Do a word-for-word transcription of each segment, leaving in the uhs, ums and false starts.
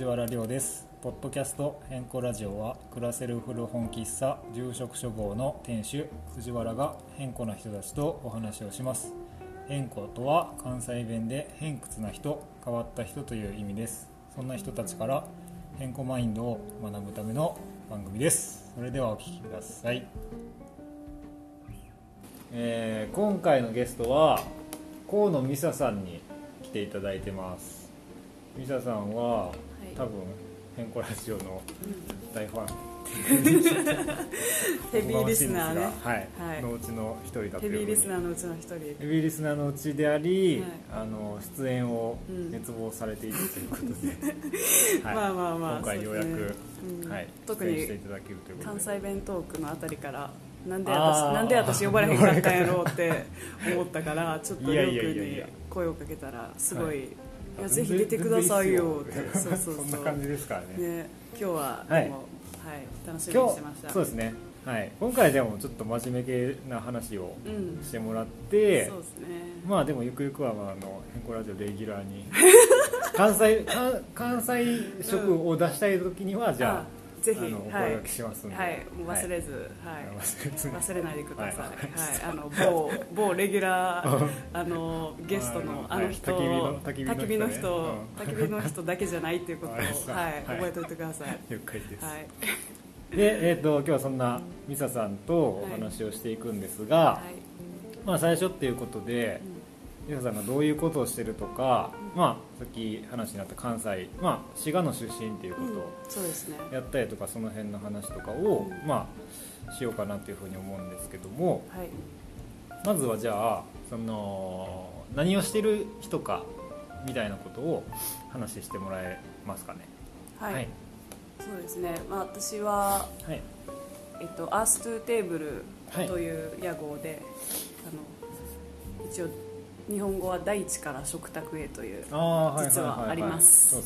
藤原亮です。ポッドキャスト変更ラジオは暮らせる古本喫茶住職処房の店主藤原が変更な人たちとお話をします。変更とは関西弁で偏屈な人、変わった人という意味です。そんな人たちから変更マインドを学ぶための番組です。それではお聞きください。えー、今回のゲストは河野美沙さんに来ていただいてます。美沙さんは、はい、多分変更ラジオの大ファン、うん、 ヘビーリスナーね、 はいはい、のうちの一人だという。 ヘビーリスナーのうちの一人。ヘビーリスナーのうちであり、はい、あの出演を熱望されているということで、うんはい、 まあまあまあ今回ようやく、 ねうんはい、 特にしていただけるということで、 関西弁トークのあたりからなんで私なんで私呼ばれへんかったんやろうって思ったからちょっとりょうくんに声をかけたらすごい、はい、いやぜひ出てくださいよってそうそうそうそんな感じですからね。 ね今日はでも、はいはい、楽しみにしてました。 そうですね、はい、今回でもちょっと真面目系な話をしてもらって、うん、 そうですね、 まあでもゆくゆくは、まあ、あの変更ラジオレギュラーに関西関西色を出したい時には、うん、じゃあぜひお声掛けしますので、 はいはい、忘れず、はい、 忘れずに忘れないでください、はいはい、あの某某レギュラーあのゲストのあの人、焚き火の人、焚き火の人だけじゃないっていうことを、はい、覚えておいてください。 了解です。はい、で、えーと、今日はそんな美沙さんとお話をしていくんですが、はい、まあ最初っていうことで。うん美沙さんがどういうことをしてるとか、うんまあ、さっき話になった関西、まあ、滋賀の出身っていうことをやったりとか、その辺の話とかを、うんまあ、しようかなというふうに思うんですけども、はい、まずはじゃあその何をしてる人かみたいなことを話してもらえますかね。 はい、はい、そうですね、まあ、私は、はいえっと、アーストゥーテーブルという屋号で、はい、あの一応日本語は大地から食卓へという実はあります。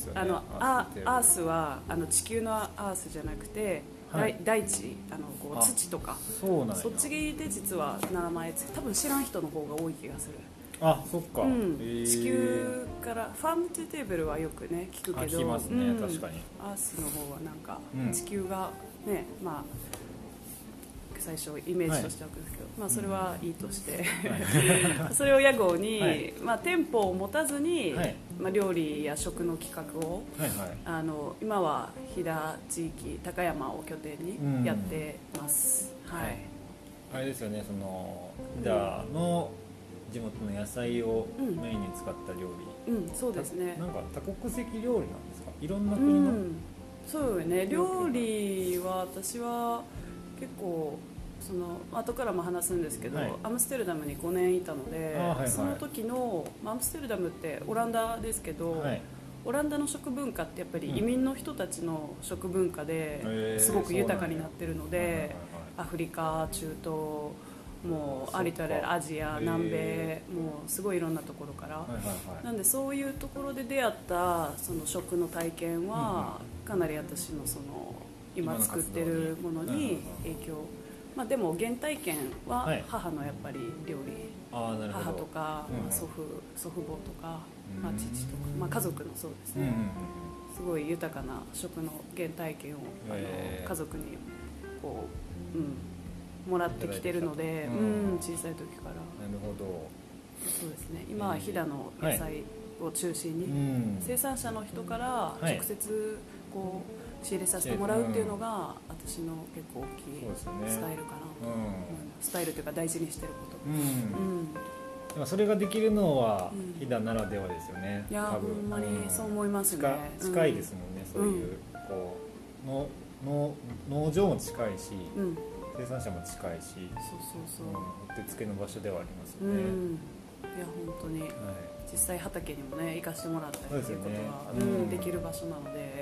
アースはあの地球のアースじゃなくて、はい、大地あのこう土とか そ, そっちで実は名前つ多分知らん人の方が多い気がする。 あ、そっか、 うんえー、地球からファームトゥーテーブルはよくね聞くけど、 聞きますね、うん、確かにアースの方はなんか地球がね、うん、まあ最初イメージとしておくんですけど、はいまあ、それはいいとして、うん、それを屋号に、はいまあ、店舗を持たずに、はいまあ、料理や食の企画を、はいはい、あの今は飛騨地域高山を拠点にやってます、うんはい、 あれですよね、その飛騨の地元の野菜をメインに使った料理、 うんうん、そうですね、 なんか多国籍料理なんですか、いろんな国の、うん、 そうよね、料理は私は結構その後からも話すんですけど、はい、アムステルダムにごねんいたので、はいはい、その時のアムステルダムってオランダですけど、はい、オランダの食文化ってやっぱり移民の人たちの食文化ですごく豊かになってるので、アフリカ、中東もうありとあらゆるアジア、南米もうすごいいろんなところから、はいはいはい、なんでそういうところで出会ったその食の体験はかなり私のその今作ってるものに影響、まあ、でも原体験は母のやっぱり料理、はい、母とか、うん、祖父、祖父母とか、まあ、父とか、まあ、家族のそうですね、うん、すごい豊かな食の原体験をあの家族にこう、うん、もらってきてるので、うん、小さい時から。 なるほど。 そうですね、今は飛騨の野菜を中心に、はい、生産者の人から直接こう仕入れさせてもらうっていうのが私の結構大きいスタイルかなと、うん、スタイルというか大事にしてること、うんうん、それができるのは飛騨ならではですよね、 うん、いやほんまにそう思いますね、 近, 近いですもんね、うん、そういう、こうのの農場も近いし、うん、生産者も近いし、 そうそうそう、 うん、うってつけの場所ではありますよね、うん、 いや本当に、はい、実際畑にもね行かしてもらったりっていうことはで、ねうん、できる場所なので、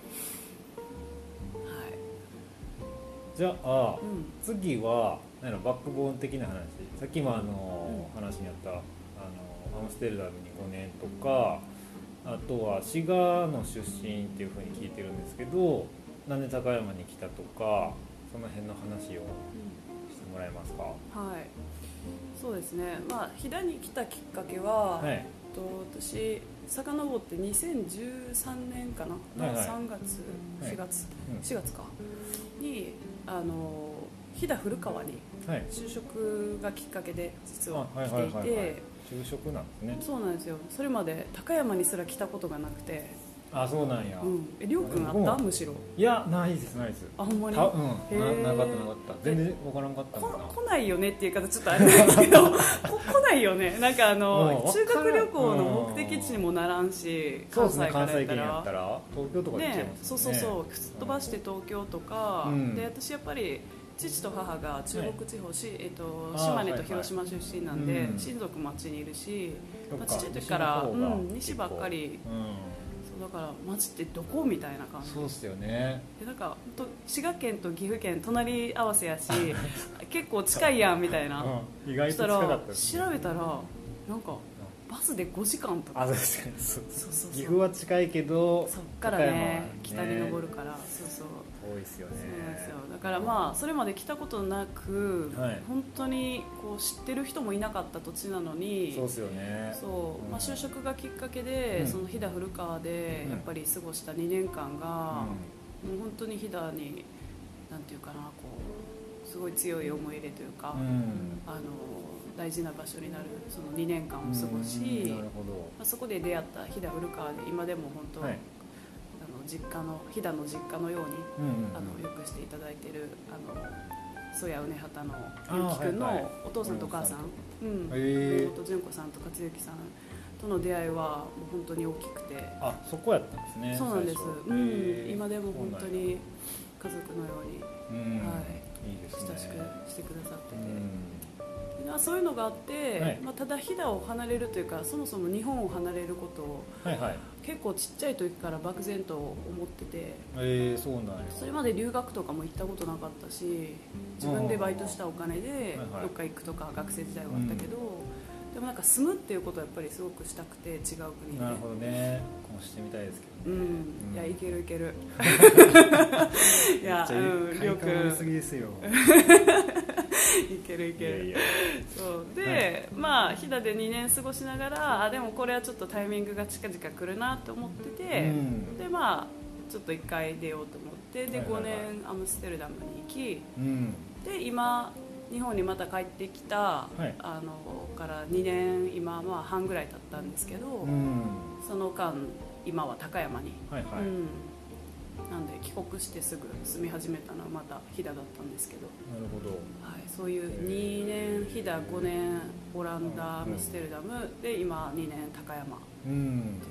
じゃあ、うん、次は何バックボーン的な話、さっきもあの、うん、話にあったあのアムステルダムにごねんとか、あとは滋賀の出身っていうふうに聞いてるんですけど、なんで高山に来たとか、その辺の話をしてもらえますか。 うん、はい、そうですね、まあ、飛騨に来たきっかけは、はい、と私遡ってにせんじゅうさんねんかなのさんがつ、しがつ、しがつかにあの飛騨古川に就職がきっかけで実は来ていて、 就職なんですね。 そうなんですよ。それまで高山にすら来たことがなくて。 あ、そうなんや。 うん、え、りょうくんあった？むしろ。 いや、ないですないです。 あ、ほんまに。 たうん、な, なかったなかった。全然わからんかったんだな。 来ないよねっていう方ちょっとあれですけど、こ来ないよね。なんかあの修学旅行の目的地にもならんし、関西からやったら、 やったら東京とかで行っちゃいますね。 そうそうそう、すっ飛ばして東京とか、うん、で私やっぱり。父と母が中国地方し、はい、えっと、島根と広島出身なんで、はいはい、親族町にいるし、まあ、ちっちゃい時から、うん、西ばっかり、うん、そうだから町ってどこみたいな感じ。 そうっすよね。 でなんか滋賀県と岐阜県隣り合わせやし結構近いやんみたいな、 うん、意外と近かったですね。 調べたらなんかバスでごじかんとか。 あ、確かにそうそうそう。岐阜は近いけどそっからね北に登るから、そうそう遠いですよね。 そうなんですよ。だからまあそれまで来たことなく、はい、本当にこう知ってる人もいなかった土地なのに、 そうですよね。 そう、うん、まあ、就職がきっかけで、うん、その飛騨古川でやっぱり過ごしたにねんかんが、うん、もう本当に飛騨になんていうかな、こうすごい強い思い入れというか、うん、あの大事な場所になるそのにねんかんを過ごし、なるほど、まあ、そこで出会った飛騨古川で今でも本当、はい、実家の飛騨の実家のように、うんうん、あのよくしていただいているあの曽谷畝畑のゆきくんのお父さんとお母さん、妹純子さんと勝之さんとの出会いはもう本当に大きくて。 あ、そこやったんですね。 そうなんです、うん、今でも本当に家族のように、うん、はい、いいですね、親しくしてくださってて、うん、そういうのがあって、はい、まあ、ただ飛騨を離れるというかそもそも日本を離れることを、はいはい、結構ちっちゃい時から漠然と思ってて、 えー、そうなんや。 それまで留学とかも行ったことなかったし、自分でバイトしたお金でどっか行くとか学生時代はあったけど、うん、でもなんか住むっていうことはやっぱりすごくしたくて、違う国で。 なるほどね。こうしてみたいですけどね。 うん、いや、いけるいけるいや、うん、りょうくんすぎですよいけるいける。いやいや、そうで、はい、まあ飛騨でにねん過ごしながら、あ、でもこれはちょっとタイミングが近々来るなって思ってて、うん、でまあちょっといっかい出ようと思って、でごねんアムステルダムに行き、うん、で今日本にまた帰ってきた、はい、あのからにねん今まあ半ぐらい経ったんですけど、うん、その間今は高山に、はいはい、うん、なんで帰国してすぐ住み始めたのはまた飛騨だったんですけど。 なるほど、 はい、そういうにねん飛騨、ごねんオランダ、アムステルダムで今にねん高山っていう、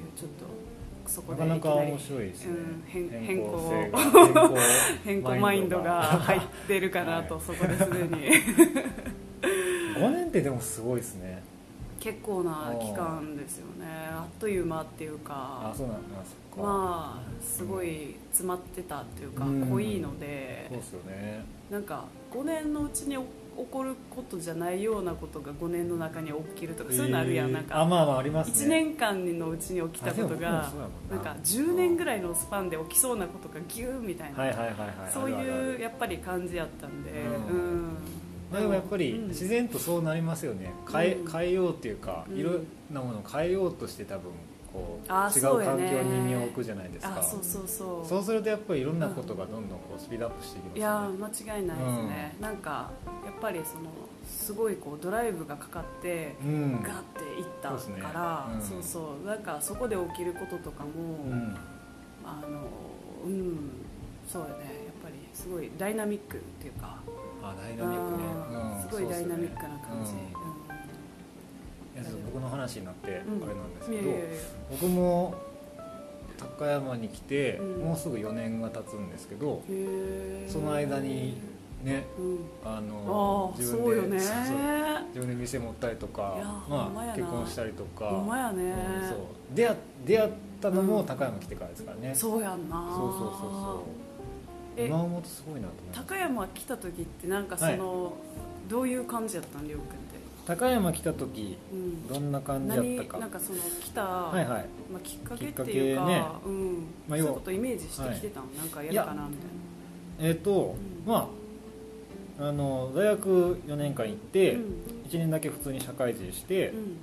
ちょっとそこでなかなか面白いですね、うん、 変, 変更変更マインドが入ってるかなと、はい、そこですでにごねんってでもすごいですね。 結構な期間ですよね。あっという間っていうか、 あ、そうなんだ、そっか、 まあすごい詰まってたっていうか、うん、濃いので、 そうですよね。 なんかごねんのうちに起こることじゃないようなことがごねんの中に起きるとか、そういうのあるやん。なんかあ、まあまあありますね。 いちねんかんのうちに起きたことがなんかじゅうねんぐらいのスパンで起きそうなことがギューみたいな、そういうやっぱり感じやったんで、うん、うんでもやっぱり自然とそうなりますよね。変え、うん、変えようっていうか、いろんなものを変えようとして多分こう違う環境に身を置くじゃないですか。 あ、そうそうそう。 そうするとやっぱりいろんなことがどんどんこうスピードアップしていきますね。 いや、間違いないですね、うん、なんかやっぱりそのすごいこうドライブがかかって、うん、ガッていったから、そう、うん、そうそう、なんかそこで起きることとかも、うん、あのうん、そうよね、やっぱりすごいダイナミックっていうか、 あ、ダイナミックね、うん、 すごいダイナミックな感じ、 いや、僕の話になってあれなんですけど、うん、僕も高山に来て、うん、もうすぐよねんが経つんですけど、その間にね、うん、あのあ、自分で、そうよね、 そうそう、自分で店持ったりとか、まあ、結婚したりとか、 ほんまやね、 うん、そう出会、出会ったのも高山来てからですからね、 うん、そうやんな、 そうそうそうそう、今思うとすごいなと思います。 高山来た時ってなんかその、はい、どういう感じやったん、りょうくんって。 高山来た時、うん、どんな感じだったか。 なんかその来た、はいはい、まあ、きっかけっていうか、 ね、 うん、まあ、そういうことをイメージしてきてたの、はい、なんかやるかなみたいな。 えっ、ー、と、うん、まああの大学よねんかん行って、うん、いちねんだけ普通に社会人して、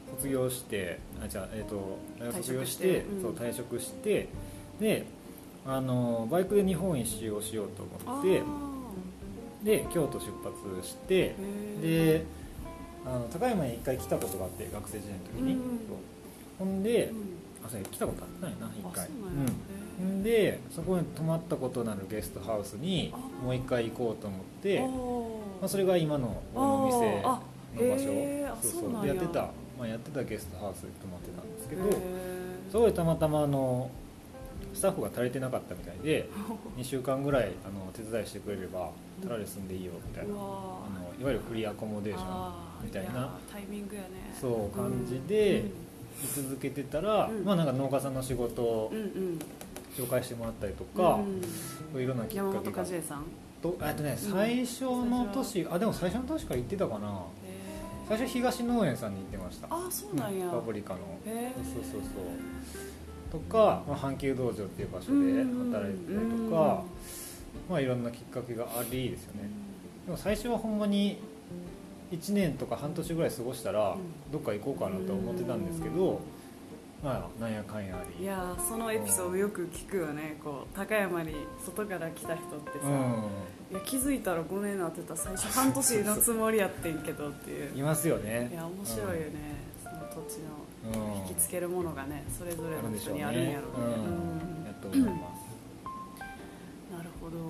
卒業してあじゃあ、えー、と大学卒業して、うん、そう退職してであのバイクで日本一周をしようと思ってで京都出発してであの高山に一回来たことがあって学生時代の時に、うん、ほんで、うん、あそれ来たことあったんやな一回うん、でそこに泊まったことのあるゲストハウスにもう一回行こうと思って、まあ、それが今の俺の店の場所そうそうでやってた、まあ、やってたゲストハウスに泊まってたんですけどそこでたまたまあのスタッフが足りてなかったみたいでにしゅうかんぐらいあの手伝いしてくれればタダで住んでいいよみたいなあのいわゆるフリーアコモデーションみたいなタイミングやねそう感じで居続けてたら、うん、まあなんか農家さんの仕事を紹介してもらったりとか、うん、いろんなきっかけが山本和恵さんとあとね最初の年、うん、あでも最初の年から行ってたかな最初東農園さんに行ってましたあそうなんや、 うん、パプリカのそうそうそうとか、まあ、阪急道場っていう場所で働いてたりとか、まあ、いろんなきっかけがありですよねでも最初はほんまにいちねんとか半年ぐらい過ごしたらどっか行こうかなと思ってたんですけどまあなんやかんやありいやそのエピソードよく聞くよねこう高山に外から来た人ってさ、うん、いや気づいたらごねんになってた最初半年のつもりやってんけどっていういますよねいや面白いよね、うん、その土地の引きつけるものがねそれぞれの人にあるんやろうね、 うん、やと思いますなるほど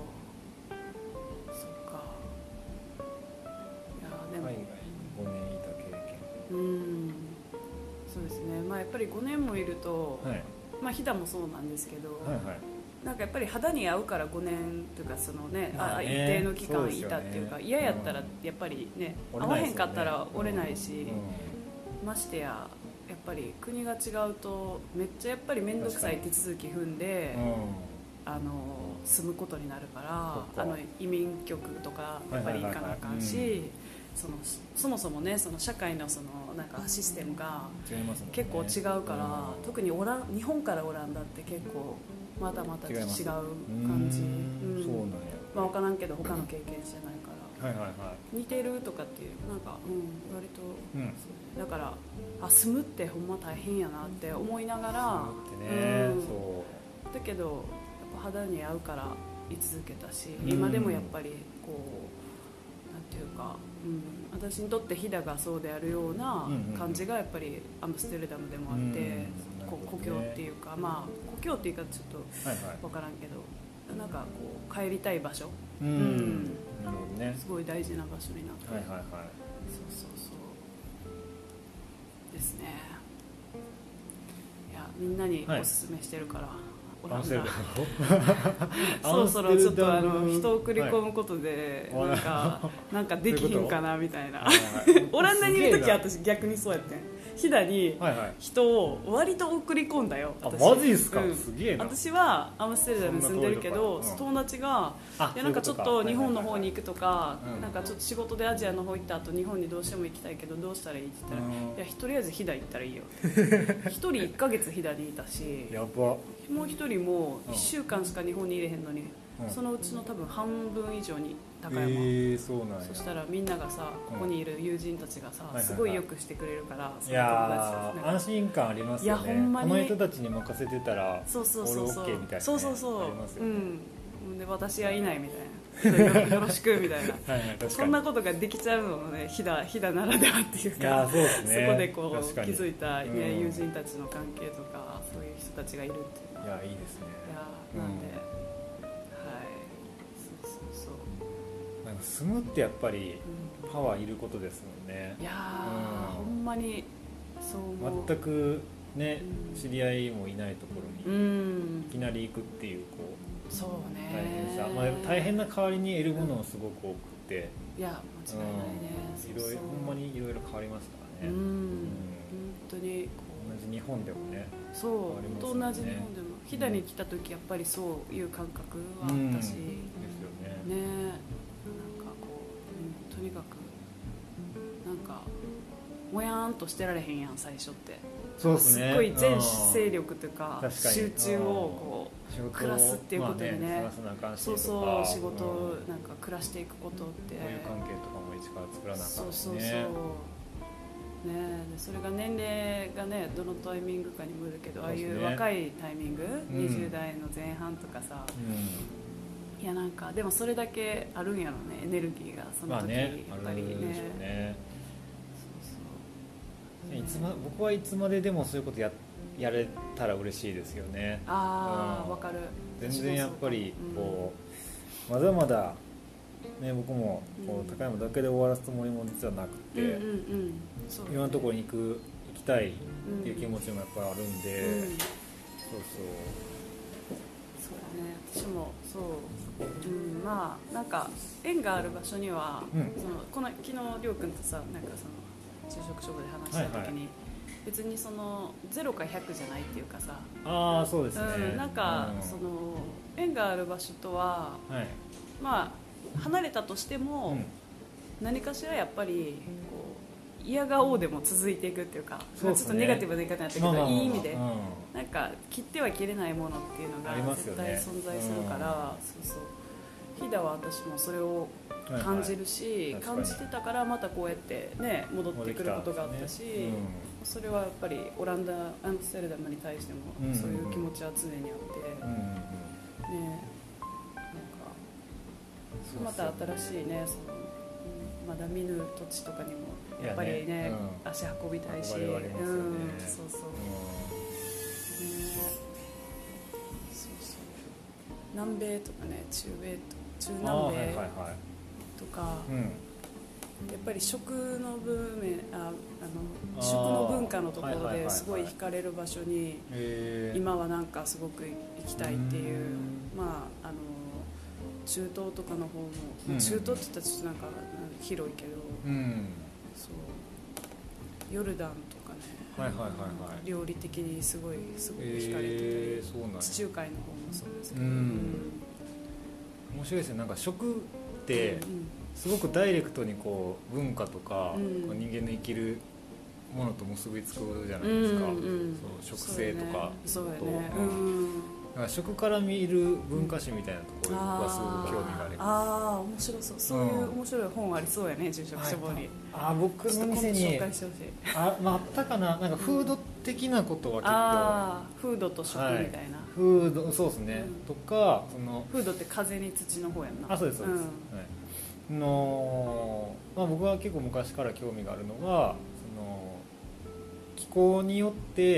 そっかいやでも海外ごねんいた経験うんそうですねまあやっぱりごねんもいると、はい、まあ飛騨もそうなんですけど、はいはいなんかやっぱり肌に合うからごねんというかその、ねまあ、ね一定の期間いたっていうか嫌、ね、やったらやっぱりね、うん、合わへんかったら折れないし、うんうん、ましてややっぱり国が違うとめっちゃやっぱり面倒くさい手続き踏んで、うん、あの住むことになるからあの移民局とかやっぱり行かなあかんしそのそもそもねその社会のそのなんかシステムが結構違うから、ねうん、特にオラ日本からオランダって結構またまた違う感じうんそうなんや、 まあ、分からんけど他の経験してないから、はいはいはい、似てるとかっていうなんか、うん、割と、うん、だからあ住むってほんま大変やなって思いながら住むってね、うん、そうだけどやっぱ肌に合うから居続けたし、うん、今でもやっぱりこうなんていうか、うん、私にとって飛騨がそうであるような感じがやっぱりアムステルダムでもあって、うんうんこう故郷っていうか、まあ、故郷っていうかちょっと分からんけど、はいはい、なんかこう帰りたい場所、 うんうんなるほどね、 すごい大事な場所になって、 はいはいはい、 そうそうそうですねいやみんなにおすすめしてるから、はいオランダそろそろちょっとあの人を送り込むことで、はい、なんかなんかできひんかなみたいなオランダにいる時は私逆にそうやってん飛騨に人を割と送り込んだよ私あマジですか、うん、すげえな私はアムステルダムに住んでるけど、うん、友達がいやなんかちょっと日本の方に行くとかなんかちょっと仕事でアジアの方行った後日本にどうしても行きたいけどどうしたらいいって言ったら、うん、いやとりあえず飛騨行ったらいいよ一人いっかげつ飛騨にいたしやばもう一人もいっしゅうかんしか日本にいれへんのに、うん、そのうちの多分半分以上に高山、 えー、そうなんやそしたらみんながさここにいる友人たちがさ、うん、すごいよくしてくれるから、 いやー安心感ありますよね。いやほんまにこの人たちに任せてたらそうそうそうそう、 俺 OK みたいな、ね、 そうそうそうありますよね、 うん、で私はいないみたいなよろしくみたいなはい、はい、確かにそんなことができちゃうのもね飛騨飛騨ならではっていうかいや そうですね、そこでこう気づいた、ねうん、友人たちの関係とかそういう人たちがいるっていうのは、 いやいいですね。 いやなんで、うんなんか住むってやっぱりパワーいることですもんね、 うん、いやー、うん、ほんまにそう思う。 全くね、うん、知り合いもいないところに、うん、いきなり行くっていうこうそうね大変さ、まあ、大変な代わりに得るものもすごく多くて、 いや間違いないね、 いろいろほんまにいろいろ変わりますからね、うん、うん、 本当に同じ日本でもねそう、本当同じ日本でも飛騨に来た時やっぱりそういう感覚はあったし、うん、ですよね。ねとにかくなんかもやーんとしてられへんやん最初って。 そうですね、 すっごい全勢力というか集中をこう暮らすっていうことでね、 まあ、ねそうそう仕事をなんか暮らしていくことって、 こういう関係とかも一から作らなあかんしね。 そうそうそうでそれが年齢がねどのタイミングかにもよるけど、ああいう若いタイミング、うん、にじゅう代の前半とかさ、うん、いやなんかでもそれだけあるんやろね、エネルギーがその時、まあね、やっぱりね、ね、 そうそう、いつま僕はいつまででもそういうこと や, やれたら嬉しいですよね。 ああ、わ、うん、かる。 全然やっぱりこう、うん、まだまだね、僕もこう高山だけで終わらすつもりも実はなくて、うんうんうん、いろんなところに行く行きたいっていう気持ちもやっぱりあるんで、うん、そうそうそうだね、私もそう、うん、まあなんか縁がある場所には、うん、そのこの昨日りょうくんとさ、なんかその就職処分で話した時に、はいはい、別にそのゼロかひゃくじゃないっていうかさ、 ああそうですね、 うん、なんか、うん、その縁がある場所とは、はい、まあ離れたとしても、うん、何かしらやっぱりこう嫌がおうでも続いていくっていうか、ちょっとネガティブな言い方になったけど、まあまあまあ、いい意味で、うん、なんか切っては切れないものっていうのが絶対存在するから、ね、うん、そうそう、飛騨は私もそれを感じるし、はいはい、感じてたからまたこうやってね戻ってくることがあったし、ね、うん、それはやっぱりオランダ、アムステルダムに対してもそういう気持ちは常にあって、うんうんうん、ね、また新しいね、そのまだ見ぬ土地とかにもやっぱり ね, ね、うん、足運びたいし、ね、うん、そうそう、うん、ね、そうそう、南米とかね、中米と中南米とか、はいはいはい、うん、やっぱり食の文明、ああの食の文化のところですごい惹かれる場所に今はなんかすごく行きたいっていう、まああの中東とかの方も、うん、中東って言ったらちょっとなんか広いけど、うん、そうヨルダンとかね、はいはいはいはい、料理的にすごいすごく惹かれてたり、えー、そうなんや、地中海の方もそうですけど、うんうん、 面白いですね。なんか食ってすごくダイレクトにこう文化とか、うん、人間の生きるものと結びつくじゃないですか、うんうん、そう食性とかと、そうだよね、うん、なんか食から見る文化史みたいなところはすごく興味があります。 ああ、面白そう、そういう面白い本ありそうやね、住職書房に。 ああ、僕の店に紹介してほしい。あ、まあ、あったかな、なんかフード的なことは結構、ああ、フードと食みたいな、はい、 フード、そうですね、うん、とかそのフードって風に土の方やんな。 あ、そうですそうです、うん、はい、の、まあ、僕は結構昔から興味があるのが、その気候によって、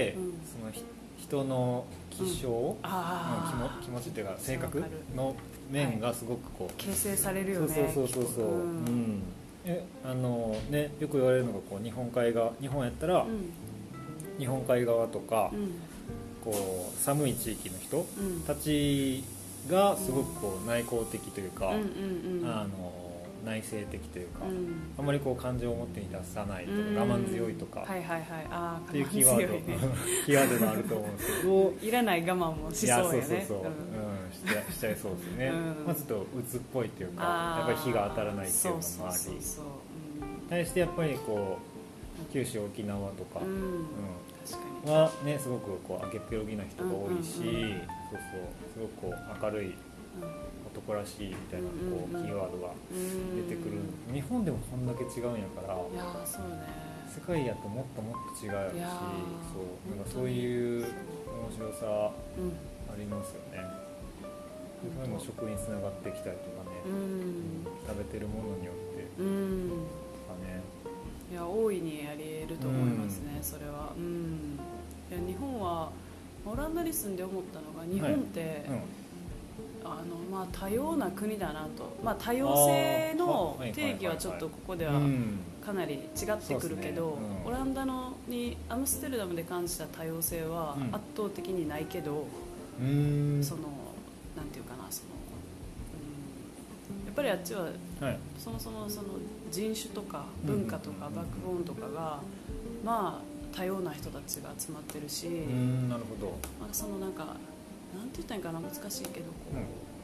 うん、その人の気象、うん、あ気, も気持ちっていうか性格の面がすごくこう、はい、 形成されるよね。 そうそうそうそう、うんうん、えあのね、よく言われるのがこう日本海側、日本やったら、うん、日本海側とか、うん、こう寒い地域の人たちがすごくこう内向的というか、うんうんうん、あの内省的というか、うん、あまりこう感情を表に出さないとか、うん、我慢強いとか、はいはいはい、あっていうキーワード、ね、キーワードがあると思うんですけどいらない我慢もしそうやね。そうそうそう、うん、 し, しちゃいそうですね、うん、まあ、ちょっと鬱っぽいというか、やっぱり日が当たらないっていうのもあり、対してやっぱりこう九州沖縄とか、うんうん、確かにはね、すごくこう明けっぴろぎな人が多いし、うんうんうん、そうそう、すごくこう明るい、うん、男らしいみたいなこうキーワードが出てくる、うんうん、日本でもこんだけ違うんやから、いやそうね、世界やともっともっと違うし、そうなんかそういう面白さありますよね、うん、そういうのも食につながってきたりとかね、うん、食べてるものによって、うん、とかね、 いや大いにあり得ると思いますね、うん、それは、うん、いや日本はオランダに住んで思ったのが、日本って、はい、うん、あのまあ、多様な国だなと、まあ、多様性の定義はちょっとここではかなり違ってくるけど、オランダのにアムステルダムで感じた多様性は圧倒的にないけど、うん、そのなんていうかな、その、うん、やっぱりあっちは、はい、そもそもその人種とか文化とかバックボーンとかが、まあ多様な人たちが集まってるし、うん、なるほど、まあ、そのなんかなんて言ったらいいかな、難しいけどこう、うん、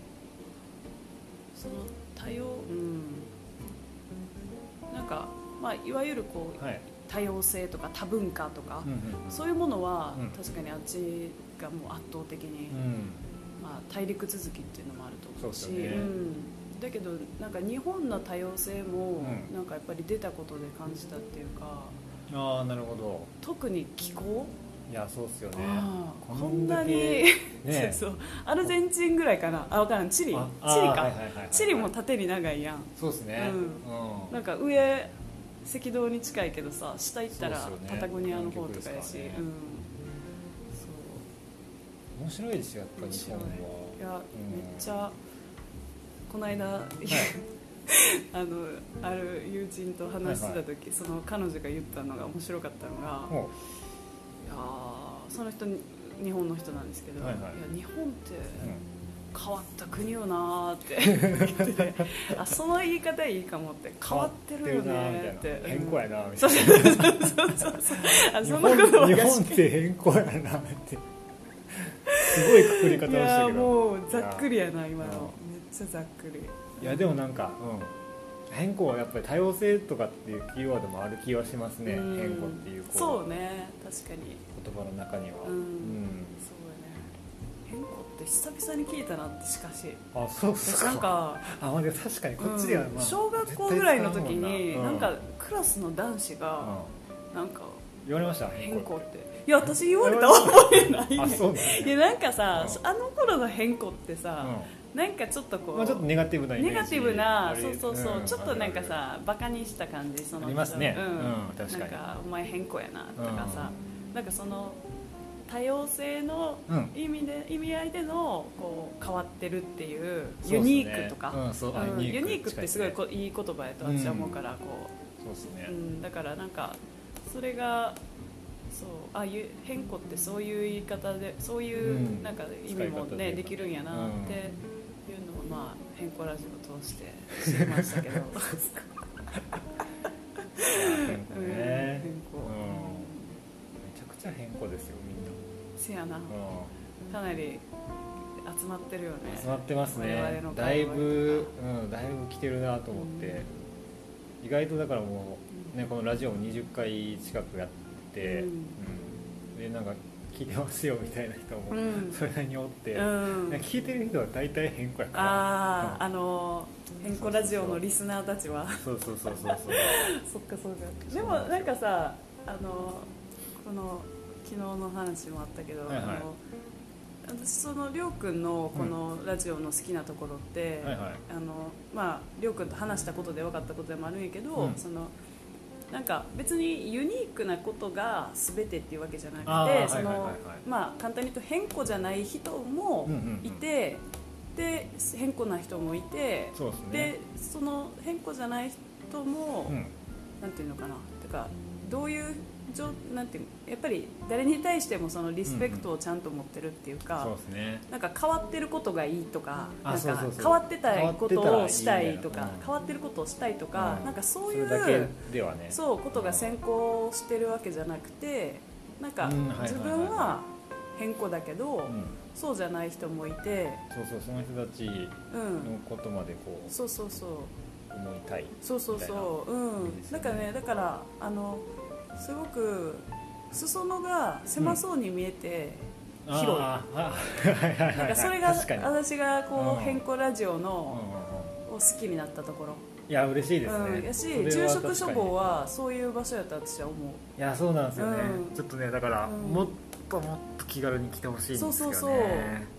その多様、うん、なんか、まあ、いわゆるこう、はい、多様性とか多文化とか、うんうん、そういうものは、うん、確かにあっちがもう圧倒的に、うん、まあ、大陸続きっていうのもあると思うし、そうですよね、うん、だけどなんか日本の多様性も、うん、なんかやっぱり出たことで感じたっていうか、 ああなるほど。 特に気候、 いやそうっすよね。 こんなにねそうそうアルゼンチンぐらいかなあ分からんチリチリか、はいはいはいはい、チリも縦に長いやん。 そうっすね、 うんうん、なんか上赤道に近いけどさ下行ったらパタゴニアの方とかやし、ねうん、 そう面白いですよやっぱり日本は。 いや、うん、めっちゃこの間、はい、あのある友人と話してた時、はいはい、その彼女が言ったのが面白かったのが、いやその人日本の人なんですけど、はいはい、いや日本って変わった国よなって言っててあその言い方いいかもって変わってるよねって変更やなみたいな、そうそうそうそうあそのこと日本って変更やなってすごいくくり方をしたけど、いやもうざっくりやな今の、めっちゃざっくり。 いやでもなんか、うん、変更はやっぱり多様性とかっていうキーワードもある気はしますね、うん、変更っていうこうそうね確かに言葉の中には、 うんうん、そうだね変更って久々に聞いたなってしかしあそうっすかなんかあ、まあ、確かにこっちでは、まあうん、小学校ぐらいの時に、うん、なんかクラスの男子が、うん、なんか言われました変更っていや私言われた覚えないね。 あそうねいやなんかさ、うん、あの頃の変更ってさ、うん、なんかちょっとこう、 まあ、ちょっとネガティブなイメージネガティブなそうそうそう、うん、ちょっとなんかさバカにした感じそのありますね、 うんうん、確かになんかお前変更やなとかさ、うん、なんかその多様性の意味で、うん、意味合いでのこう変わってるっていうユニークとか、ユニークってすごいこいい言葉やと私は思うからこう、 そうですね、 うん、だからなんかそれがそうあいう変更ってそういう言い方でそういうなんか意味もね、うん、できるんやなっていうのをまあ変更ラジオを通して知りましたけど変更ね、 うん、変更、うん、めちゃくちゃ変更ですよみんな。 せやな、うん、かなり集まってるよね。 集まってますね。だいぶ、うん、だいぶ来てるなと思って、うん、意外とだからもう、ね、このラジオもにじゅっかい近くやってで、うんうん、でなんか聞いてますよみたいな人もそれなりにおって、うん、聞いてる人は大体変更やから、 ああ、うん、あの変更ラジオのリスナーたちはそうそうそうそうそうそっかそうか。でもなんかさあのこの昨日の話もあったけど、はいはい、あの私そのりょうくんのこのラジオの好きなところって、うんはいはい、あのまありょうくんと話したことで分かったことでもあるんやけど、うん、そのなんか別にユニークなことが全てっていうわけじゃなくて、そのまあ簡単に言うと変更じゃない人もいて、うんうんうん、で変更な人もいて、 そうですね、 でその変更じゃない人も、うん、なんていうのかな、てかどういうなんていうやっぱり誰に対してもそのリスペクトをちゃんと持ってるっていうか、 そうですね、 なんか変わってることがいいとか、なんか変わってたいことをしたいとか、変わってることをしたいとか、なんかそういうだけではね、 そうことが先行してるわけじゃなくて、なんか自分は変更だけど、そうじゃない人もいて、 そうそう、その人たちのことまでこう、 そうそうそう思いたい、 そうそうそう、うん、なんかね、だからあのすごく裾野が狭そうに見えて広い、うん、なんかそれが私がこう変更ラジオのを好きになったところ。 いや嬉しいですね、 うん、やし住職処方はそういう場所やったら私は思う。 いやそうなんですよね、うん、ちょっとねだから、うん、もっともっと気軽に来てほしいんですよね。 そうそうそう、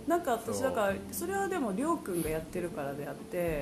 なんか私だからそれはでもりょうくんがやってるからであって、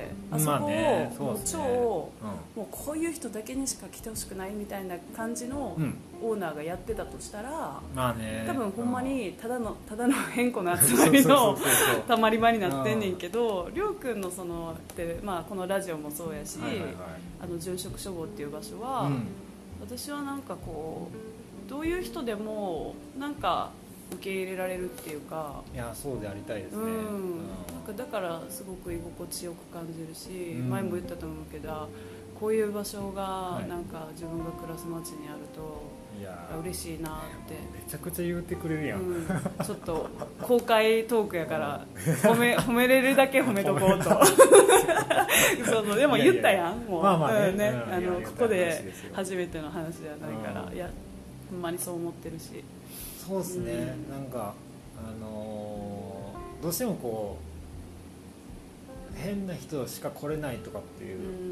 あそこを、まあね、もう超、うん、もうこういう人だけにしか来てほしくないみたいな感じのオーナーがやってたとしたら、 うん、まあね、 多分ほんまにただのただの変更の集まりのたまり場になってんねんけど、りょうくんのそのって、まあ、このラジオもそうやし、はいはいはい、あの殉職処方っていう場所は、うん、私はなんかこうどういう人でもなんか受け入れられるっていうか、 いやそうでありたいですね、うん、 なんかだからすごく居心地よく感じるし、うん、前も言ったと思うけどこういう場所がなんか自分が暮らす街にあると、いや嬉しいなって。 めちゃくちゃ言ってくれるやん、うん、 ちょっと公開トークやから褒め、褒めれるだけ褒めとこうとそうそう、でも言ったやん、もう、まあまあね、うんね、あのここで初めての話じゃないから、うん、いやほんまにそう思ってるし。 そうですね、うん、なんかあのー、どうしてもこう変な人しか来れないとかっていう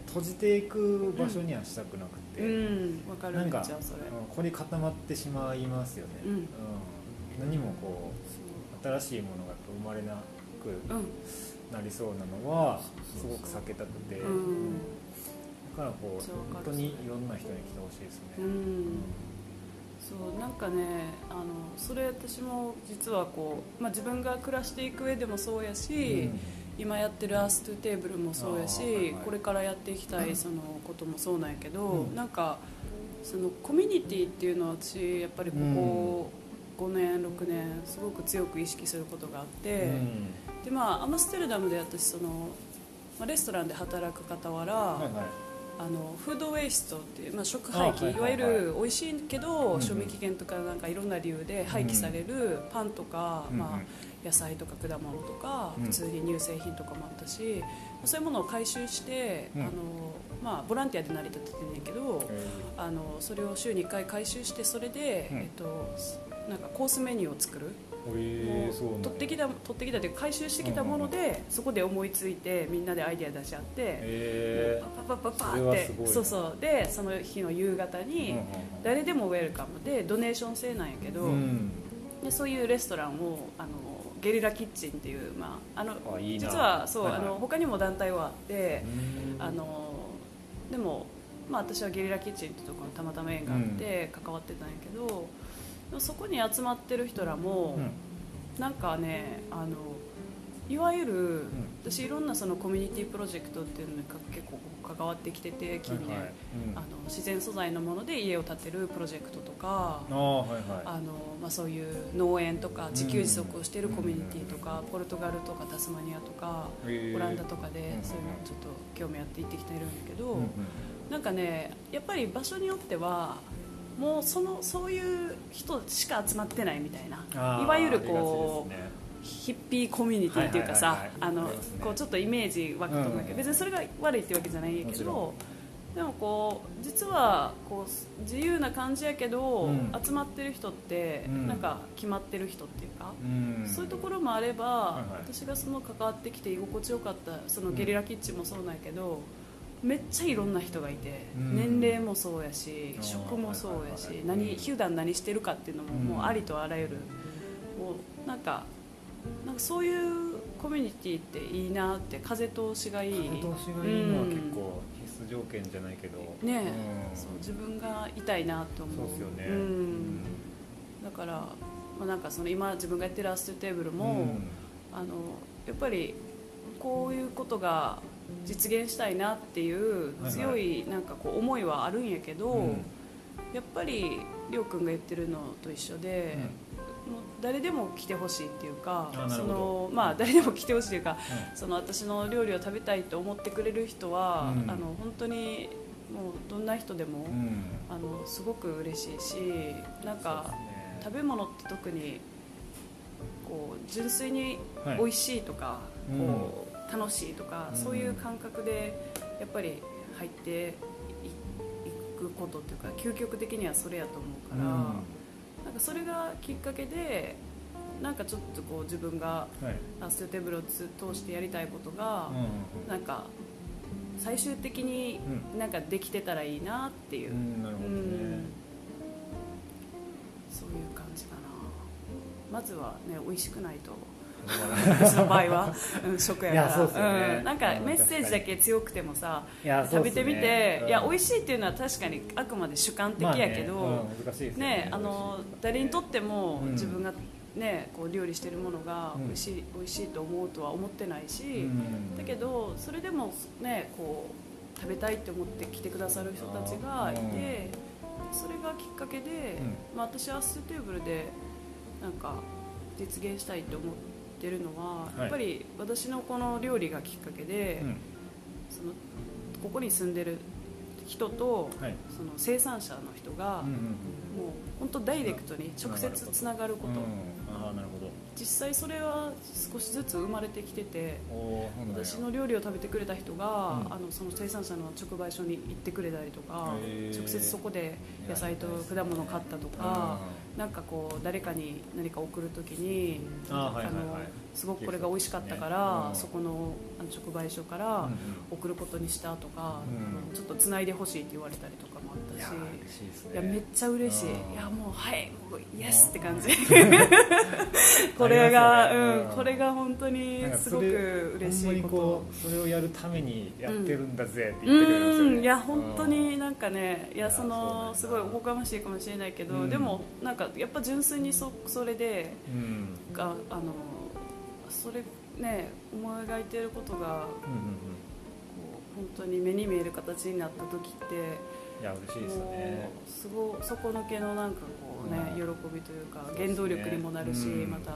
閉じていく場所にはしたくなくて、 うんわ、うん、かる。 なんかめっちゃそれ凝り固まってしまいますよね、 うんうん、 何もこう新しいものが生まれなくなりそうなのはすごく避けたくて、うん、だからこう本当にいろんな人に来てほしいですね、うん、 そうなんかねあのそれ私も実はこう、まあ、自分が暮らしていく上でもそうやし、うん、今やってるアーストゥテーブルもそうやし、はいはい、これからやっていきたいそのこともそうなんやけど、うん、なんかそのコミュニティっていうのは私やっぱりここごねんろくねんすごく強く意識することがあって、うん、でまあアムステルダムで私その、まあ、レストランで働く傍ら、はいはい、あのフードウェイストっていう、まあ、食廃棄、はいはいはいはい、いわゆる美味しいけど、うん、賞味期限とかなんかいろんな理由で廃棄されるパンとか、うんまあ、野菜とか果物とか、うん、普通に乳製品とかもあったし、そういうものを回収して、うんあのまあ、ボランティアで成り立ててんねんけど、あのそれを週にいっかい回収してそれで、うんえっと、なんかコースメニューを作る、えー、もう取ってきた取ってきたというか回収してきたもので、うんうんうん、そこで思いついてみんなでアイデア出し合って、えー、パパパパパってそうそうでその日の夕方に誰でもウェルカムでドネーション制なんやけど、うん、でそういうレストランをあのゲリラキッチンっていう、まあ、あのあいい実はそう、はいはい、あの他にも団体はあってあのでも、まあ、私はゲリラキッチンっていうところにたまたま縁があって関わってたんやけど、うんそこに集まってる人らも、うん、なんかねあのいわゆる、うん、私いろんなそのコミュニティプロジェクトっていうのに結構関わってきてて近年、はいはいうん、あの自然素材のもので家を建てるプロジェクトとかあ、はいはいあのまあ、そういう農園とか自給自足をしているコミュニティとか、うん、ポルトガルとかタスマニアとか、うん、オランダとかでそういうのちょっと興味あって行ってきてるんだけど、うん、なんかねやっぱり場所によってはもうそのそういう人しか集まってないみたいないわゆるこう、ね、ヒッピーコミュニティっていうかさちょっとイメージ湧くと思うけど、うん、別にそれが悪いっていうわけじゃないんやけどでもこう実はこう自由な感じやけど、うん、集まってる人って、うん、なんか決まってる人っていうか、うん、そういうところもあれば、はいはい、私がその関わってきて居心地よかったそのゲリラキッチンもそうなんやけど、めっちゃいろんな人がいて、うん、年齢もそうやし職もそうやし、はいはいはい、何普段何してるかっていうのも、うん、もうありとあらゆるもうなんか、なんかそういうコミュニティっていいなって、風通しがいい風通しがいいのは結構必須条件じゃないけど、 うん、ね、うん、そう自分がいたいなと思う。 そうですよね、 うんうん、だから、まあ、なんかその今自分がやってるアストゥテーブルも、うん、あのやっぱりこういうことが実現したいなっていう強いなんかこう思いはあるんやけど、うん、やっぱりりょうくんが言ってるのと一緒で、うん、もう誰でも来てほしいっていうか、そのまあ誰でも来てほしいというか、うん、その私の料理を食べたいと思ってくれる人は、うん、あの本当にもうどんな人でも、うん、あのすごく嬉しいし、なんか、ね、食べ物って特にこう純粋に美味しいとか、はい、こう楽しいとか、うん、そういう感覚でやっぱり入っていくことっていうか、究極的にはそれやと思うから、うん、なんかそれがきっかけでなんかちょっとこう自分がアストゥテーブルを通してやりたいことが、うん、なんか最終的になんかできてたらいいなっていう、うん、なるほどね、うん、そういう感じかな。まずはね美味しくないと私の場合は、うん、食やから、ね、うん、なんかメッセージだけ強くてもさ、食べてみて、うん、いや美味しいっていうのは確かにあくまで主観的やけど、まあね、うん、難しいですよね、ね、あの誰にとっても自分が、ね、こう料理してるものが美味しい、うん、美味しいと思うとは思ってないし、うん、だけどそれでも、ね、こう食べたいって思って来てくださる人たちがいて、うん、それがきっかけで、うん、まあ、私はアストゥテーブルでなんか実現したいと思ってるのは、はい、やっぱり私のこの料理がきっかけで、うん、そのここに住んでる人と、はい、その生産者の人が、うんうんうん、もう本当ダイレクトに直接つながること、うん、あ、なるほど。実際それは少しずつ生まれてきてて、私の料理を食べてくれた人が、うん、あのその生産者の直売所に行ってくれたりとか、直接そこで野菜と果物を買ったとか、 なんかこう誰かに何か送るときにすごくこれが美味しかったから、うん、そこの直売所から送ることにしたとか、うん、ちょっとつないでほしいって言われたりとかもあったし、いや、嬉しいですね、いやめっちゃ嬉しい、うん、いやもうはいもうイエスって感じこれが、ね、うん、これが本当にすごく嬉しいこと、 それをやるためにやってるんだぜって言ってくれるんですよね、うん、 いや本当になんかね、いやそのすごいおこがましいかもしれないけど、うん、でもなんかやっぱ純粋に そ, それで、うん、があのそれね思い描いていることが、うんうんうん、こう本当に目に見える形になった時って、 いや嬉しいですよね、 すごい底抜けのなんかこうね、うん、喜びというか原動力にもなるし、うん、また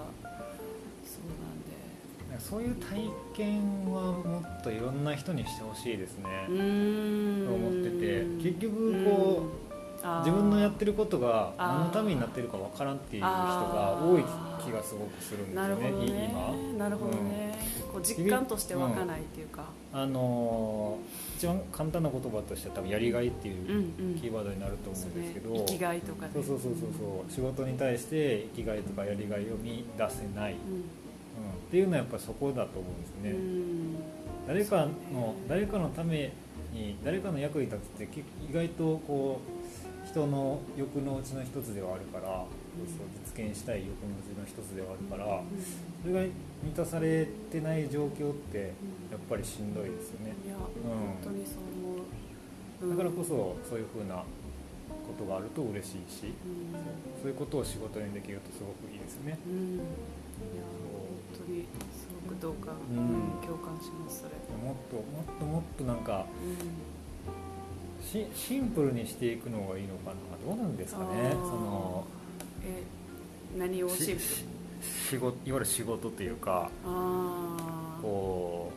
そういう体験はもっといろんな人にしてほしいですねと思ってて、結局こう自分のやってることが何のためになってるかわからんっていう人が多い気がすごくするんですよね、 今。なるほどね、うん、こう実感として湧かないっていうか、 うん、あのー、一番簡単な言葉としては多分やりがいっていうキーワードになると思うんですけど、うんうん、 生きがいとかね、 そうそうそうそう、仕事に対して生きがいとかやりがいを見出せない、うんっていうのはやっぱりそこだと思うんですね。誰かの誰かのために誰かの役に立つって意外とこう人の欲のうちの一つではあるから、そう実現したい欲のうちの一つではあるから、それが満たされてない状況ってやっぱりしんどいですよね。 いや、うん、本当にそう思う、うん、 だからこそそういう風なことがあると嬉しいし、うん、そう、そういうことを仕事にできるとすごくいいですよね。うん、いや本当にすごく同感、うん、共感します。それもっともっともっとなんか、うん、シ, シンプルにしていくのがいいのかな、どうなんですかね。そのえ何をシンプル仕事、いわゆる仕事というか、あこ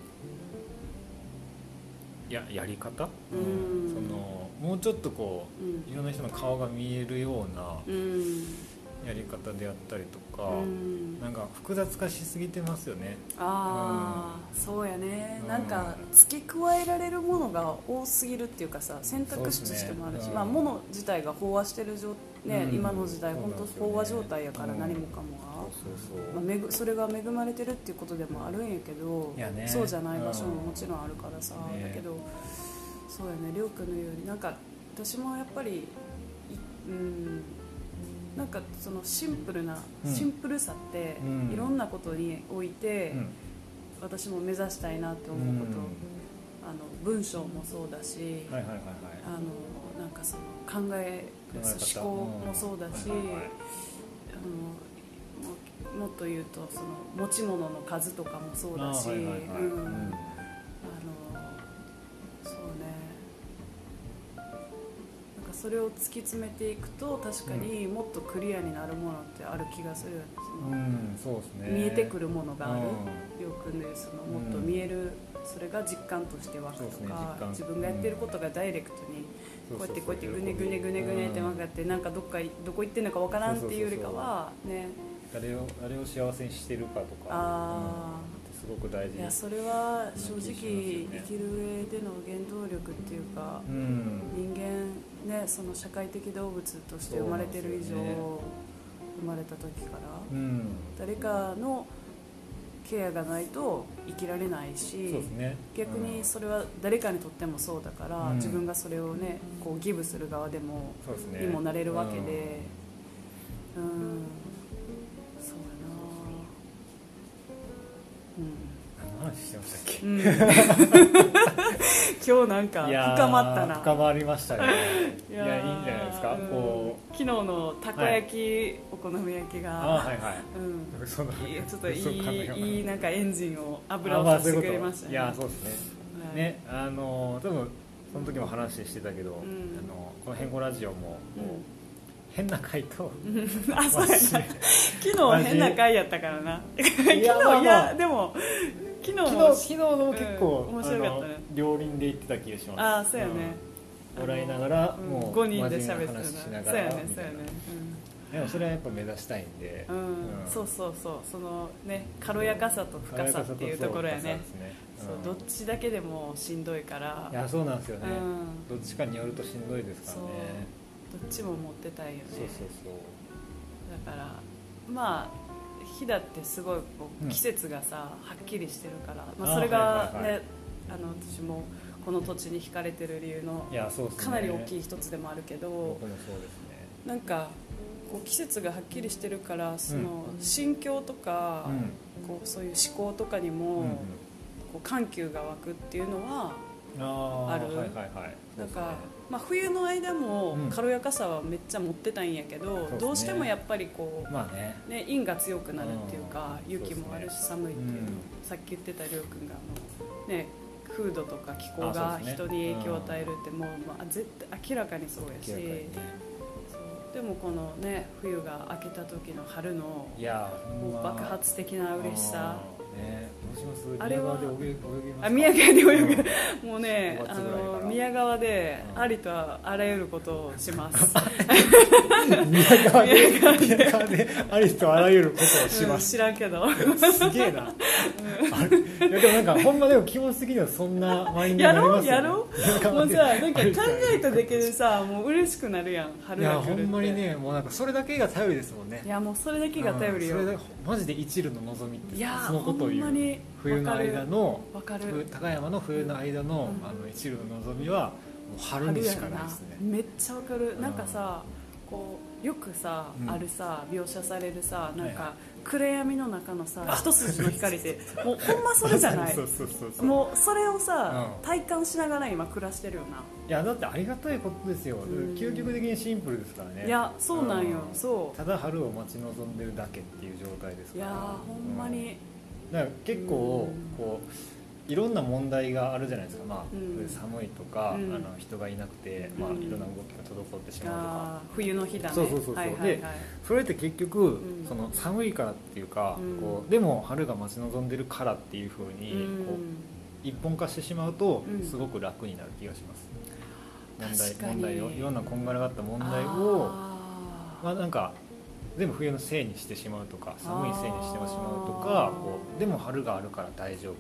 う や, やり方、うん、そのもうちょっとこう、うん、いろんな人の顔が見えるような、うんやり方であったりとか、うん、なんか複雑化しすぎてますよね。 ああ、うん、そうやね、うん、なんか付け加えられるものが多すぎるっていうかさ、選択肢としてもあるし、ね、うん、まあ物自体が飽和してる状、ね、うん、今の時代本当、ね、飽和状態やから何もかもが、うん、そうそうそう、まあ、めぐそれが恵まれてるっていうことでもあるんやけど、いや、ね、そうじゃない場所ももちろんあるからさ、うん、だけどそうやね、りょうくんのようになんか私もやっぱりうんなんかそのシンプルな、うん、シンプルさって、うん、いろんなことにおいて、うん、私も目指したいなって思うこと、うん、あの文章もそうだし、はいはいはいはい、あのなんかその考え思考もそうだし、はいはいはい、あの も, もっと言うとその持ち物の数とかもそうだし、それを突き詰めていくと確かにもっとクリアになるものってある気がするよね。その、うん、そうですね、見えてくるものがある、りょうくんでそのもっと見える、それが実感として湧くとか、ね、自分がやってることがダイレクトにこうやってこうやってぐねぐねぐねぐねって分かって、なんかどっかどこ行ってんのか分からんっていうよりかはね、 誰を誰を幸せにしてるかとか、あ、うん、すごく大事。 いやそれは正直生きる上での原動力っていうか、うん、人間ね、その社会的動物として生まれてる以上、ね、生まれた時から、うん、誰かのケアがないと生きられないし、そうですね、逆にそれは誰かにとってもそうだから、うん、自分がそれをねこうギブする側でも、そうですね、にもなれるわけで、うん、うん、そうやな、うん、 何の話してましたっけ、うん今日なんか深まったな。 深まりましたね。いや、いやいいんじゃないですか。うん、こう昨日のたこ焼き、はい、お好み焼きが、あ、はいはい、うん、そのちょっといいいいなんかエンジンを油をさせてくれましたね。 いや、そうですね。はい、ね、あの多分その時も話してたけど、うん、あのこの変更ラジオも、うん、変な回と、 あ、そうやな。昨日変な回やったからな。昨日いや、まあまあ、いやでも。昨日も昨日のも結構、うん、面白かったね。両輪で言ってた気がします。 ああ、そうやね。 笑いながら、うん、もうごにんで喋ってる話しながら、そうやね、そうやね。うん、でもそれはやっぱ目指したいんで、 うんうん、そうそうそう、そのね、軽やかさと深さっていうところやね。そう、どっちだけでもしんどいから。 いや、そうなんですよね。うん、どっちかによるとしんどいですからね。 どっちも持ってたいよね。 そうそうそう。 だからまあ飛騨ってすごいこう季節がさ、うん、はっきりしてるから、まあ、それがね、はいはいはい、あの私もこの土地に惹かれてる理由のかなり大きい一つでもあるけど、 僕もそうですね。 なんかこう季節がはっきりしてるからその心境とか、うん、こうそういう思考とかにも、うんうん、こう緩急が湧くっていうのはある。 あ、はいはいはい、 なんか、まあ、冬の間も軽やかさはめっちゃ持ってたんやけど、うん、どうしてもやっぱりこう、まあねね、陰が強くなるっていうか、うん、雪もあるし寒いっていうの、うん、さっき言ってたりょうくんがあの、ね、風土とか気候が人に影響を与えるってもう、まあ、絶対明らかにそうやし、ね、そうでもこの、ね、冬が明けた時の春のいやもう爆発的な嬉しさ、 ね、どうします？ あれは宮川で泳ぎますか？ あ、宮川で泳ぐ、うん、もうね、あの宮川でありとあらゆることをします宮川で宮川でありとあらゆることをします、 うん、知らんけどすげえな、うん、あれいやでもなんかほんまでも気持ち的にはそんなマインドになりますよね。 やろうやろうもうさ、なんか考えただけでさもう嬉しくなるやん、春が来るって。 いやほんまにね、もうなんかそれだけが頼りですもんね。 いやもうそれだけが頼りよ、 うん、それでマジで一縷の望みって、 いやそのことを言う。 ほんまに冬の間のわかる、 高山の冬の間の、うん、あの一縷の望みはもう春にしかないですね。 めっちゃわかる、うん、なんかさこうよくさ、うん、あるさ描写されるさなんか、はいはい、暗闇の中のさ一筋の光ってもうほんまそれじゃないそうそうそうそう、もうそれをさ、うん、体感しながら今暮らしてるよな。 いやだってありがたいことですよ、うん、究極的にシンプルですからね。 いやそうなんよ、うん、そうただ春を待ち望んでるだけっていう状態ですから。 いやほんまに、 うん、だから結構こういろんな問題があるじゃないですか、まあうん、寒いとか、うん、あの人がいなくて、まあ、いろんな動きが滞ってしまうとか、 うん、冬の日だね。 そうそうそうそう、はいはいはい、でそれって結局、うん、その寒いからっていうか、うん、こうでも春が待ち望んでるからっていう風に、うん、こう一本化してしまうと、うん、すごく楽になる気がします。問題問題をいろんなこんがらがった問題をあ、まあ、なんか全部冬のせいにしてしまうとか寒いせいにしてしまうとか、こうでも春があるから大丈夫って、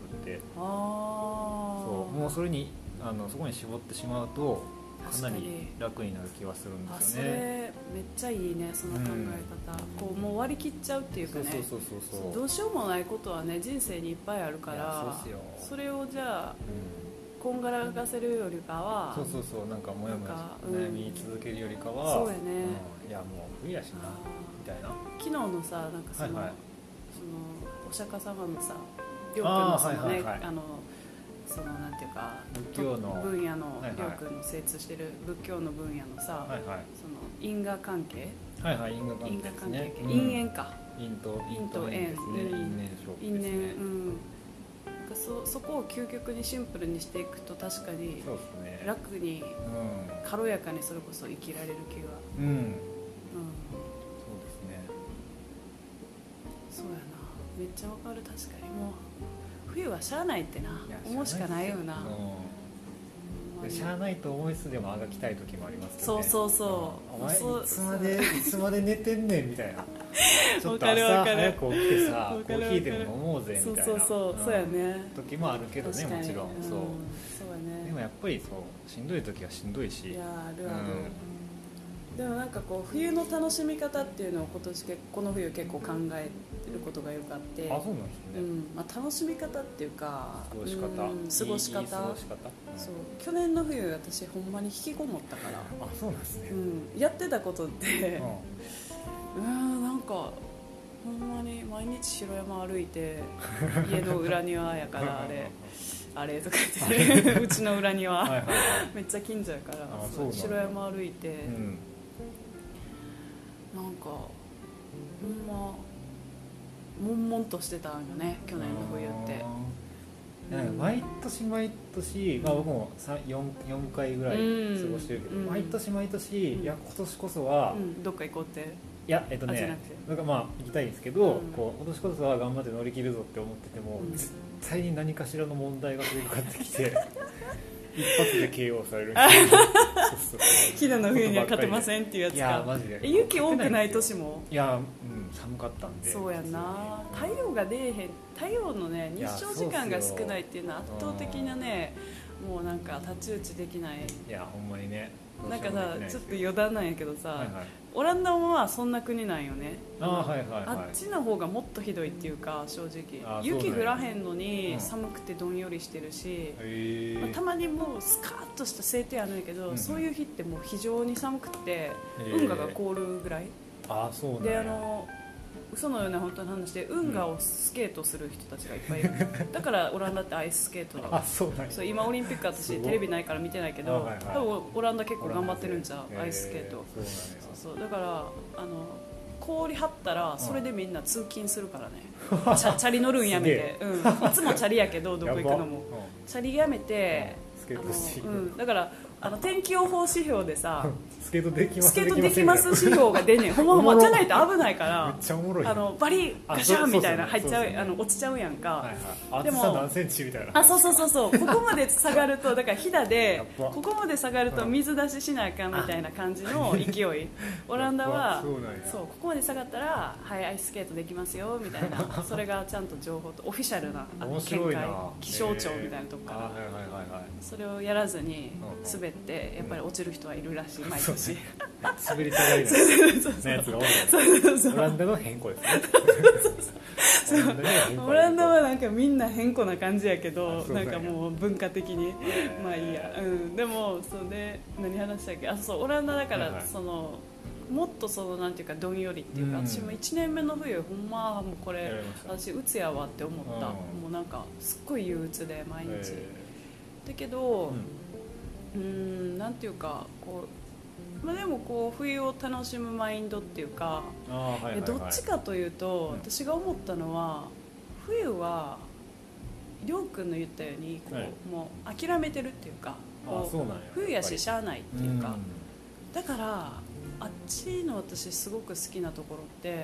あそうもうそれにあのそこに絞ってしまうとかなり楽になる気がするんですよね。 それめっちゃいいね、その考え方、うん、こうもう割り切っちゃうっていうかね。 そうそうそうそうそう、 どうしようもないことはね人生にいっぱいあるから、そうっすよ、それをじゃあ、うん、こんがらがせるよりかは、 そうそうそう、なんかもやもや悩み続けるよりかは、 そうやね、 うん、いやもう冬やしなみたいな。 昨日のさなんかその、はいはい、そのお釈迦様のさりょうくんのそのね、はいはいはい、あのそのなんていうか仏教の分野のりょうくんの精通してる仏教の分野のさ、はいはい、その因果関係、 はいはい、因果関係ですね、 因縁か、 因と因と縁ですね、 因縁症ですね、 因縁、うん、なんか そ, そこを究極にシンプルにしていくと確かに楽に、うん、軽やかにそれこそ生きられる気が、うん、うん、そうですね、 そうやな、めっちゃわかる。確かにもう冬はしゃあないってな思うしかないよな、 うん、しゃあないと思いつつでもあがきたい時もありますよね。 そうそうそう、 お前いつまでいつまで寝てんねんみたいなちょっと朝早く起きてさコーヒーでも飲もうぜみたいな、 そうそうそう、そうやね、 時もあるけどね、もちろん、そう、 そうやね、 でもやっぱりそうしんどい時はしんどいし、 いやあるある、うん、でもなんかこう冬の楽しみ方っていうのを今年この冬結構考えてることがよくあって、 あ、そうなんですね、 うん、まあ、楽しみ方っていうか過ごし方、うん、 過ごし方、いい過ごし方、うん、そう去年の冬私ほんまに引きこもったから、 あ、そうなんですね、 うん、やってたことってうん、うんなんかほんまに毎日城山歩いて家の裏庭やからあれあれとか言ってうちの裏庭はいはい、はい、めっちゃ近所やからそう城山歩いて、うん、なんかほんま悶々としてたんよね去年の冬って。 なんか毎年毎年、まあ、僕も 4, 4回ぐらい過ごしてるけど、うん、毎年毎年、うん、いや今年こそは、 うん、どっか行こうっていやえっとねなんかまあ行きたいんですけど、うん、こう今年こそは頑張って乗り切るぞって思ってても、うん、絶対に何かしらの問題が降りかかってきて一発で ケーオー される昨日の冬には勝てませんっていうやつか。いやマジで雪多くない年もいや、うん、寒かったんで。 そうやな、太陽が出えへん、太陽のね日照時間が少ないっていうのは圧倒的なねもうなんか太刀打ちできない。 いやほんまにね、 なんかさちょっと余談なんやけどさ、 はいはい、 オランダもまあそんな国なんよね。 あ、はいはいはい、 あっちの方がもっとひどいっていうか、正直雪降らへんのに寒くてどんよりしてるし、うん、まあ、たまにもうスカッとした晴天あるんやけど、うん、そういう日ってもう非常に寒くて運河が凍るぐらい。 あ、そうなんや。 で、あの嘘のような本当の話で運河をスケートする人たちがいっぱいいる、うん、だからオランダってアイススケートであ、そうなんや。 そう、今オリンピック私テレビないから見てないけど、はいはい、多分オランダ結構頑張ってるんちゃう、アイススケート。そうなんや。そうそう、だからあの氷張ったらそれでみんな通勤するからね、うん、チャ、チャリ乗るんやめて、うん、いつもチャリやけどどこ行くのも、うん、チャリやめて、 スケートして、 うん、だからあの天気予報指標でさスケートできます、 スケートできます指標が出んねんほんまほんまじゃないと危ないからめっちゃおもろい、 あのバリガシャンみたいな入っちゃう、あの落ちちゃうやんか、はいはい、でも厚さ何センチみたいな、 あ、そうそうそうそう、ここまで下がるとだからひだでここまで下がると水出ししなあかんみたいな感じの勢いオランダはそう、ここまで下がったらはいアイススケートできますよみたいなそれがちゃんと情報とオフィシャルな見解、気象庁みたいなとこからそれをやらずに滑ってやっぱり落ちる人はいるらしい、毎年滑りたがりなやつが多い。オランダの変更ですね。 オランダはなんかみんな変更な感じやけど、なんかもう文化的にまあいいや、うん、でもそれ何話したっけ、あ、そう、オランダだからそのもっとそのなんていうかどんよりっていうか、私もいちねんめの冬ほんまもうこれ私鬱やわって思った、もうなんかすっごい憂鬱で毎日だけど、うーん、なんていうかこう、まあ、でもこう冬を楽しむマインドっていうか、はいはいはい、どっちかというと、うん、私が思ったのは冬はりょうくんの言ったようにこう、はい、もう諦めてるっていうか、こうそうなんや、 冬やししゃあないっていうか、うん、だからあっちの私すごく好きなところって、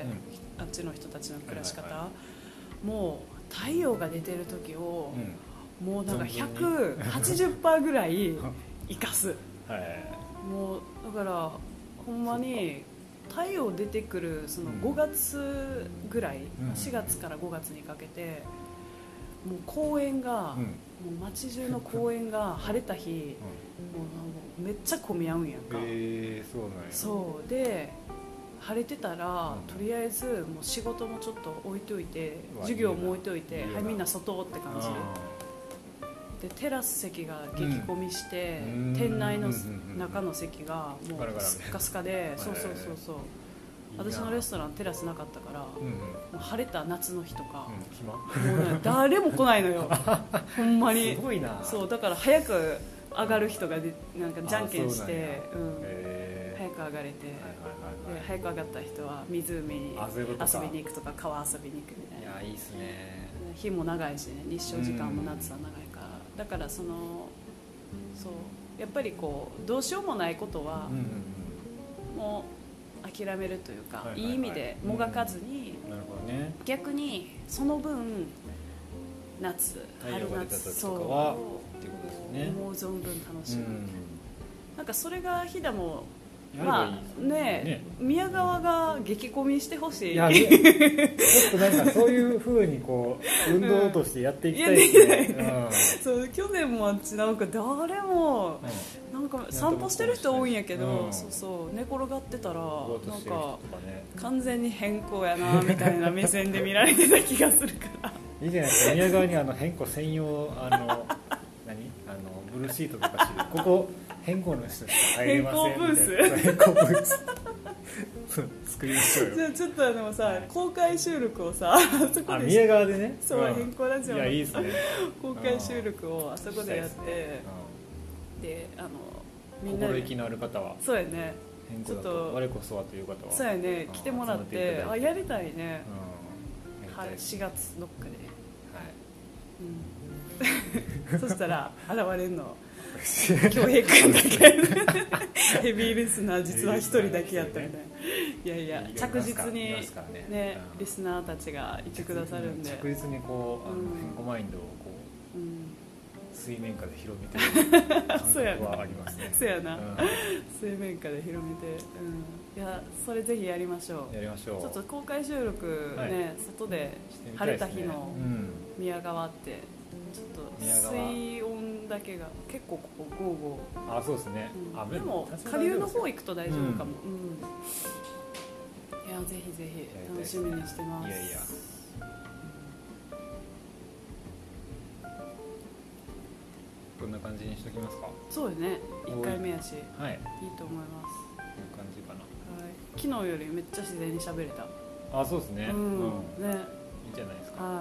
うん、あっちの人たちの暮らし方、はいはいはい、もう太陽が出てる時を、うん、もうなんかひゃくはちじゅっパーセントぐらい生かす、はい、もうだからほんまに太陽出てくるそのごがつぐらい、うん、しがつからごがつにかけてもう公園が、うん、もう街中の公園が晴れた日、うん、もうめっちゃ混み合うんやんか、 えー、そうなんや。そうで晴れてたら、うん、とりあえずもう仕事もちょっと置いといて授業も置いといて、はい、みんな外って感じでテラス席が激混みして、うん、店内の中の席がもうスッカスカで、そうそうそうそう、私のレストランテラスなかったから、うんうん、もう晴れた夏の日とか、うん、もう、ね、誰も来ないのよほんまにすごいな。 そうだから早く上がる人がでなんかじゃんけんして、うん、早く上がれて、はいはいはいはい、で早く上がった人は湖に遊びに行くとか川遊びに行くみたいな。 いやいいっすね。 日も長いしね、日照時間も夏は長いから、うん、だからそのそうやっぱりこうどうしようもないことは、うんうんうん、もう諦めるというか、はいはいはい、いい意味でもがかずに、 うん、なるほどね、 逆にその分夏春夏そうっていうことですね、思う存分楽しむ、うん、なんかそれが飛騨もまあね、ね、宮川が激混みしてほしい。いやちょっとなんかそういう風にこう運動としてやっていきたいですね、うんうん、そう去年もあっちなんか誰も、うん、なんか散歩してる人多いんやけど、うん、そうそう寝転がってたら、ね、なんか完全に変更やなみたいな目線で見られてた気がするからいいじゃないですか、宮川にあの変更専用あの何あのブルーシートとかしてここ変更の人しか入れませんみたいな変更ブース作りましょうよ。 じゃあちょっとあのさ、はい、公開収録をさそこであ宮川でね、 そう、うん、変更ラジオのいやいいですね公開収録をあそこでやって、で、ね、うん、あのみんな心意気のある方はそうやね、 変更だと我こそはという方はそうやね、来てもらってあやりたいね、うん、はい、しがつどっかで、はい、うん、そしたら現れるの恭平君だけヘビーリスナー実は一人だけやったみたいな、いやいや着実にねリスナーたちがいてくださるんで、 着実にこうあの変更マインドをこう、うん、水面下で広めてる感覚はありますね。 そうやな、うん、水面下で広めて、うん、いやそれぜひやりましょう。 やりましょう。 ちょっと公開収録ね、はい、外で晴れた日の宮川ってちょっと水温だだけが結構ここゴーゴー。あ、そうですね、 うん、 あでも下流の方行くと大丈夫かも、うん、うん、いやぜひぜひ楽しみにしてます。 いやいや、こんな感じにしときますか。 そうですね、いっかいめやし、 はい、いいと思います。 こういう感じかな。 はい、昨日よりめっちゃ自然に喋れた。 あ、そうですね、 うん、ね、 いいじゃないですか。 はい、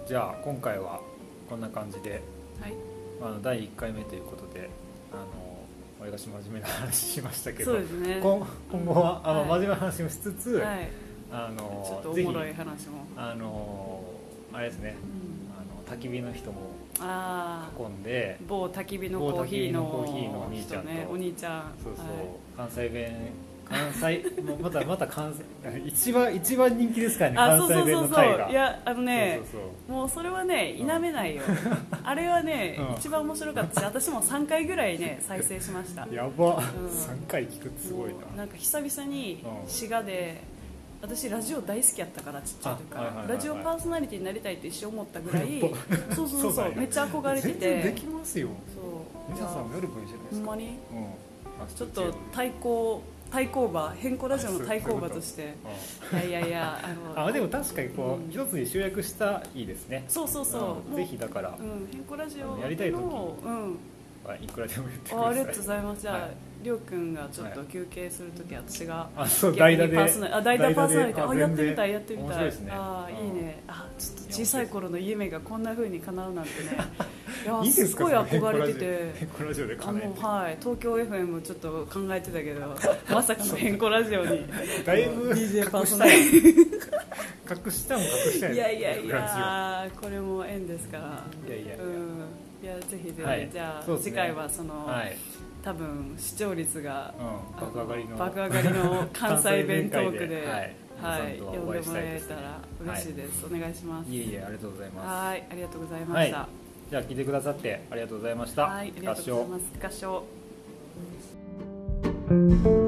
じゃあ今回はこんな感じで、 はい、 あのだいいっかいめということで、あのわりかし真面目な話しましたけど、 そうですね、 今, 今後はあの、 はい、 真面目な話もしつつ、はい、あのちょっとおもろい話も、 あのあれですね、うん、あの焚き火の人も囲んで、 某焚き火のコーヒーのコーヒーのお兄ちゃんと、 ね、お兄ちゃん、 そうそう、 はい、 関西弁、関西またまた関西一番一番人気ですからね、関西弁の回が。 いや、あのね、そうそうそう、もうそれはね否めないよ、うん、あれはね、うん、一番面白かったし、私もさんかいぐらいね再生しました。 やば、うん、さんかい聞くってすごいな。 なんか久々に滋賀で、私ラジオ大好きやったから、ちっちゃい時から、はいはいはいはい、ラジオパーソナリティになりたいって一生思ったぐらいそうそうそう、そう、めっちゃ憧れてて、 全然できますよ。 そう、 皆さんもよる分じゃないですか。 ほんまに、うん、ちょっと対抗対抗馬、変更ラジオの対抗馬として、いやいやいや、あのあ、でも確かにこう、うん、一つに集約したらいいですね。 そうそうそう、 うん、ぜひだから、 うん、変更ラジオのやりたい時、うん、いくらでも言ってください。 あ, ありがとうございます。じゃあ、はい、りょうくんがちょっと休憩するとき、はい、私があ、そう代打でパーソナリティ、あ、代打パーソナリティ、あ、やってみたいやってみたい。 面白いですね。 あ、いいね。あ、ちょっと小さい頃の夢がこんな風に叶うなんてね。いや、 いいですか、 すごい憧れてて、 変更ラジオで叶えて、 あの、はい、東京 エフエム ちょっと考えてたけど、まさかの変更ラジオにだいぶディージェー パーソナリティ隠したも隠したい。 いやいやいや、これも縁ですから。 いやいやいや、 うん、いや、ぜひぜひ、 はい、 じゃあ、 ね、 次回はその、はい、多分視聴率が、 うん、爆上がりの爆上がりの関西弁トークで、 はい、 はい、呼んでもらえたら嬉しいです。はい、お願いします。 いえいえ、ありがとうございます。 はい、ありがとうございました。はい、 じゃあ聞いてくださってありがとうございました。 はい、ありがとうございます。合唱。